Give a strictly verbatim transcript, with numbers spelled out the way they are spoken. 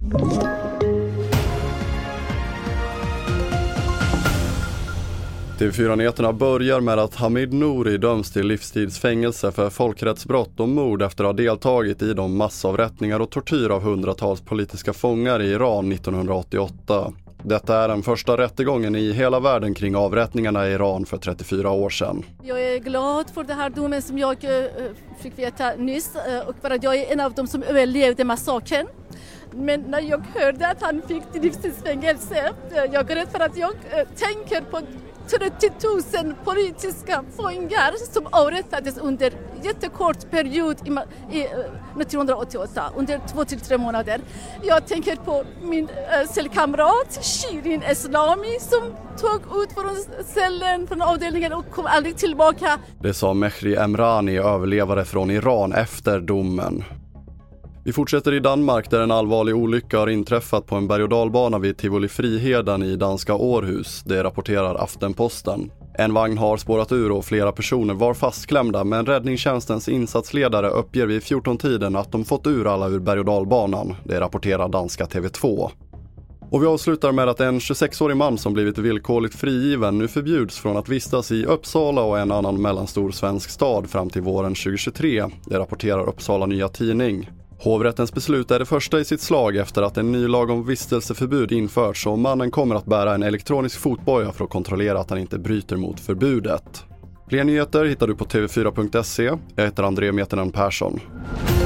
T V fyra-nyheterna börjar med att Hamid Nouri döms till livstidsfängelse för folkrättsbrott och mord efter att ha deltagit i de massavrättningar och tortyr av hundratals politiska fångar i Iran nittonhundraåttioåtta. Detta är den första rättegången i hela världen kring avrättningarna i Iran för trettiofyra år sedan. Jag är glad för det här domen som jag fick veta nyss och för att jag är en av dem som överlevde massakern. Men när jag hörde att han fick livstidsfängelse, jag är rädd för att jag tänker på trettio tusen politiska fångar som avrättades under jättekort period i, i nittonhundraåttioåtta, under två till tre månader. Jag tänker på min äh, cellkamrat Shirin Eslami som tog ut från cellen, från avdelningen och kom aldrig tillbaka. Det sa Mehri Emrani, överlevare från Iran, efter domen. Vi fortsätter i Danmark där en allvarlig olycka har inträffat på en berg- och dalbana vid Tivoli Friheden i danska Århus. Det rapporterar Aftenposten. En vagn har spårat ur och flera personer var fastklämda, men räddningstjänstens insatsledare uppger vid fjorton-tiden att de fått ur alla ur berg- och dalbanan. Det rapporterar danska T V två. Och vi avslutar med att en tjugosexårig man som blivit villkorligt frigiven nu förbjuds från att vistas i Uppsala och en annan mellanstor svensk stad fram till våren tjugohundratjugotre. Det rapporterar Uppsala Nya Tidning. Hovrättens beslut är det första i sitt slag efter att en ny lag om vistelseförbud införts och mannen kommer att bära en elektronisk fotboja för att kontrollera att han inte bryter mot förbudet. Fler nyheter hittar du på t v fyra punkt se. Jag heter André Metenen Persson.